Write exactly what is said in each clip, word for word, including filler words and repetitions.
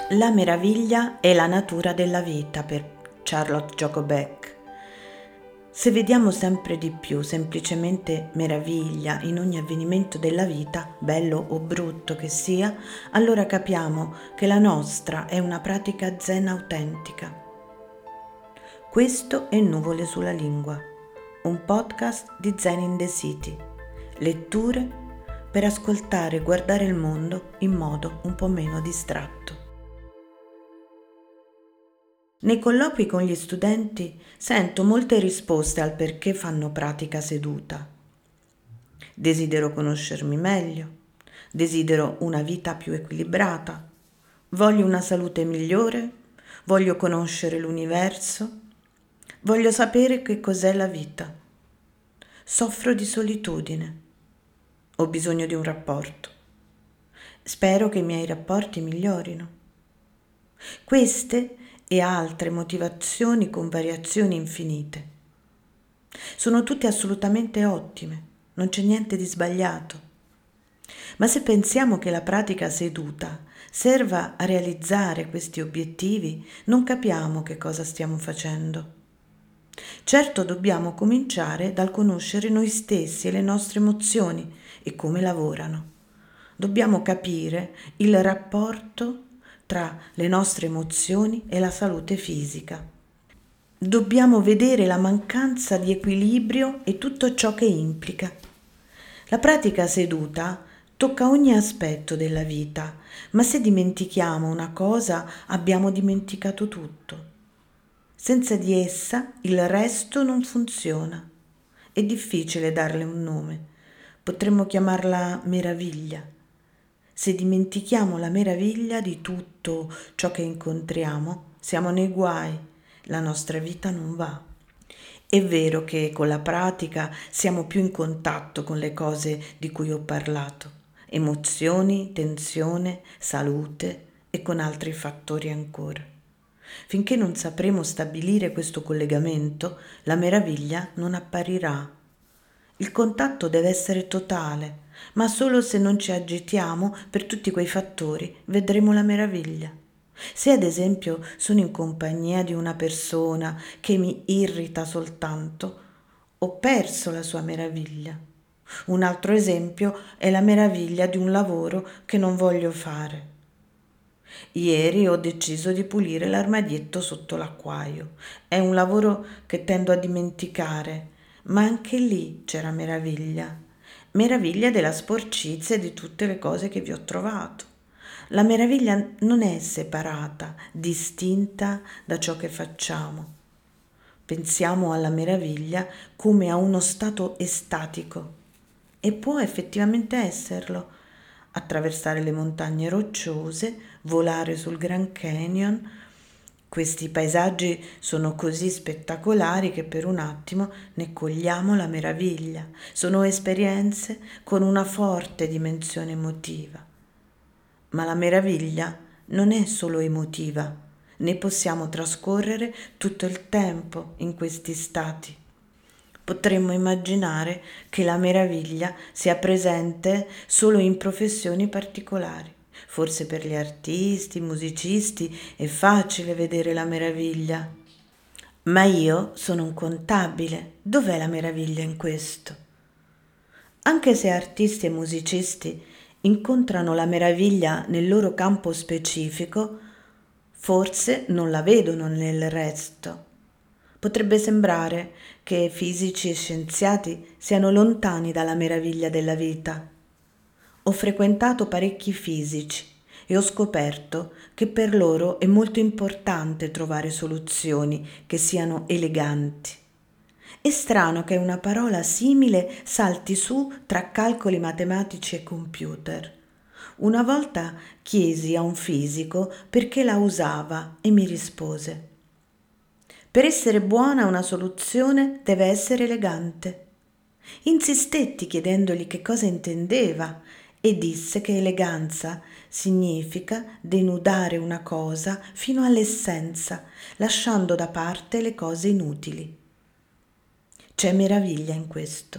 La meraviglia è la natura della vita per Charlotte Jacobek. Se vediamo sempre di più semplicemente meraviglia in ogni avvenimento della vita, bello o brutto che sia, allora capiamo che la nostra è una pratica zen autentica. Questo è Nuvole sulla lingua, un podcast di Zen in the City. Letture per ascoltare e guardare il mondo in modo un po' meno distratto. Nei colloqui con gli studenti sento molte risposte al perché fanno pratica seduta. Desidero conoscermi meglio, desidero una vita più equilibrata, voglio una salute migliore, voglio conoscere l'universo, voglio sapere che cos'è la vita. Soffro di solitudine, ho bisogno di un rapporto. Spero che i miei rapporti migliorino. Queste e altre motivazioni con variazioni infinite. Sono tutte assolutamente ottime, non c'è niente di sbagliato. Ma se pensiamo che la pratica seduta serva a realizzare questi obiettivi, non capiamo che cosa stiamo facendo. Certo, dobbiamo cominciare dal conoscere noi stessi e le nostre emozioni e come lavorano. Dobbiamo capire il rapporto tra le nostre emozioni e la salute fisica. Dobbiamo vedere la mancanza di equilibrio e tutto ciò che implica. La pratica seduta tocca ogni aspetto della vita, ma se dimentichiamo una cosa abbiamo dimenticato tutto. Senza di essa il resto non funziona. È difficile darle un nome. Potremmo chiamarla meraviglia. Se dimentichiamo la meraviglia di tutto ciò che incontriamo, siamo nei guai, la nostra vita non va. È vero che con la pratica siamo più in contatto con le cose di cui ho parlato, emozioni, tensione, salute e con altri fattori ancora. Finché non sapremo stabilire questo collegamento, la meraviglia non apparirà. Il contatto deve essere totale, ma solo se non ci agitiamo per tutti quei fattori vedremo la meraviglia. Se ad esempio sono in compagnia di una persona che mi irrita soltanto, ho perso la sua meraviglia. Un altro esempio è la meraviglia di un lavoro che non voglio fare. Ieri ho deciso di pulire l'armadietto sotto l'acquaio. È un lavoro che tendo a dimenticare, ma anche lì c'era meraviglia. Meraviglia della sporcizia e di tutte le cose che vi ho trovato. La meraviglia non è separata, distinta da ciò che facciamo. Pensiamo alla meraviglia come a uno stato estatico e può effettivamente esserlo. Attraversare le montagne rocciose, volare sul Grand Canyon. Questi paesaggi sono così spettacolari che per un attimo ne cogliamo la meraviglia. Sono esperienze con una forte dimensione emotiva. Ma la meraviglia non è solo emotiva, né possiamo trascorrere tutto il tempo in questi stati. Potremmo immaginare che la meraviglia sia presente solo in professioni particolari. Forse per gli artisti, musicisti è facile vedere la meraviglia. Ma io sono un contabile. Dov'è la meraviglia in questo? Anche se artisti e musicisti incontrano la meraviglia nel loro campo specifico, forse non la vedono nel resto. Potrebbe sembrare che fisici e scienziati siano lontani dalla meraviglia della vita. Ho frequentato parecchi fisici e ho scoperto che per loro è molto importante trovare soluzioni che siano eleganti. È strano che una parola simile salti su tra calcoli matematici e computer. Una volta chiesi a un fisico perché la usava e mi rispose: per essere buona una soluzione deve essere elegante. Insistetti chiedendogli che cosa intendeva e disse che eleganza significa denudare una cosa fino all'essenza, lasciando da parte le cose inutili. C'è meraviglia in questo.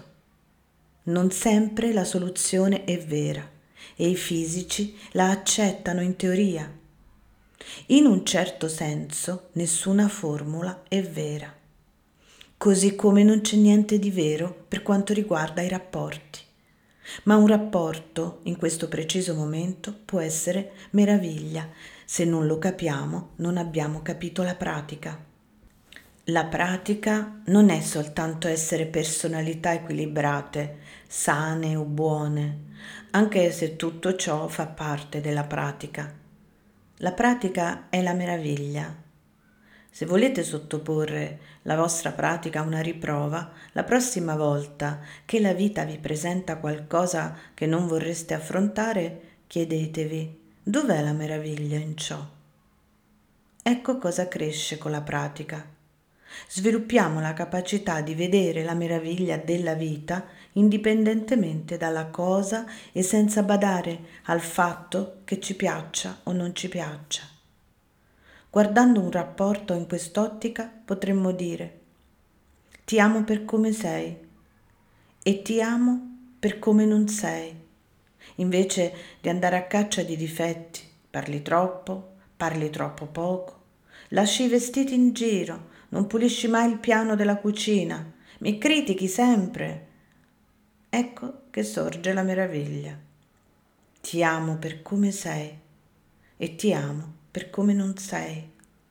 Non sempre la soluzione è vera e i fisici la accettano in teoria. In un certo senso, nessuna formula è vera, così come non c'è niente di vero per quanto riguarda i rapporti. Ma un rapporto, in questo preciso momento, può essere meraviglia. Se non lo capiamo, non abbiamo capito la pratica. La pratica non è soltanto essere personalità equilibrate, sane o buone, anche se tutto ciò fa parte della pratica. La pratica è la meraviglia. Se volete sottoporre la vostra pratica a una riprova, la prossima volta che la vita vi presenta qualcosa che non vorreste affrontare, chiedetevi: dov'è la meraviglia in ciò? Ecco cosa cresce con la pratica. Sviluppiamo la capacità di vedere la meraviglia della vita indipendentemente dalla cosa e senza badare al fatto che ci piaccia o non ci piaccia. Guardando un rapporto in quest'ottica potremmo dire: ti amo per come sei e ti amo per come non sei, invece di andare a caccia di difetti. Parli troppo, parli troppo poco, lasci i vestiti in giro, non pulisci mai il piano della cucina, mi critichi sempre. Ecco che sorge la meraviglia. Ti amo per come sei e ti amo per come non sei.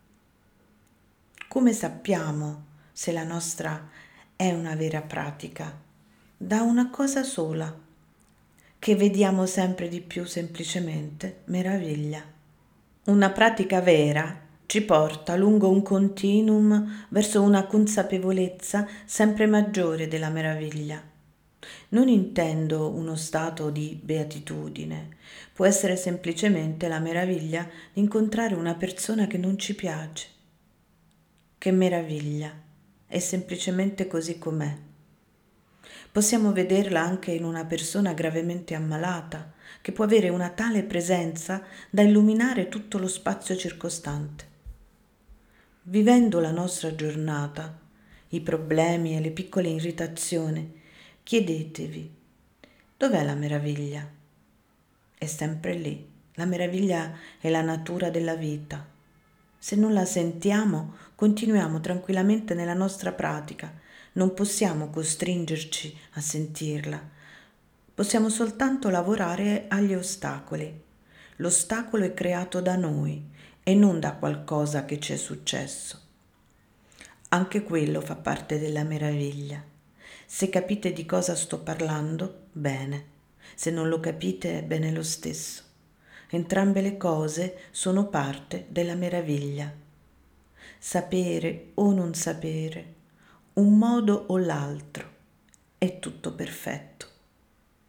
Come sappiamo se la nostra è una vera pratica? Da una cosa sola, che vediamo sempre di più semplicemente meraviglia. Una pratica vera ci porta lungo un continuum verso una consapevolezza sempre maggiore della meraviglia. Non intendo uno stato di beatitudine, può essere semplicemente la meraviglia di incontrare una persona che non ci piace. Che meraviglia, è semplicemente così com'è. Possiamo vederla anche in una persona gravemente ammalata, che può avere una tale presenza da illuminare tutto lo spazio circostante. Vivendo la nostra giornata, i problemi e le piccole irritazioni, chiedetevi: dov'è la meraviglia? È sempre lì. La meraviglia è la natura della vita. Se non la sentiamo, continuiamo tranquillamente nella nostra pratica. Non possiamo costringerci a sentirla. Possiamo soltanto lavorare agli ostacoli. L'ostacolo è creato da noi e non da qualcosa che ci è successo. Anche quello fa parte della meraviglia. Se capite di cosa sto parlando, bene. Se non lo capite, bene lo stesso. Entrambe le cose sono parte della meraviglia. Sapere o non sapere, un modo o l'altro, è tutto perfetto.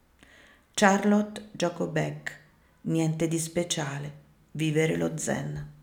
Charlotte Jacobek, niente di speciale, vivere lo zen.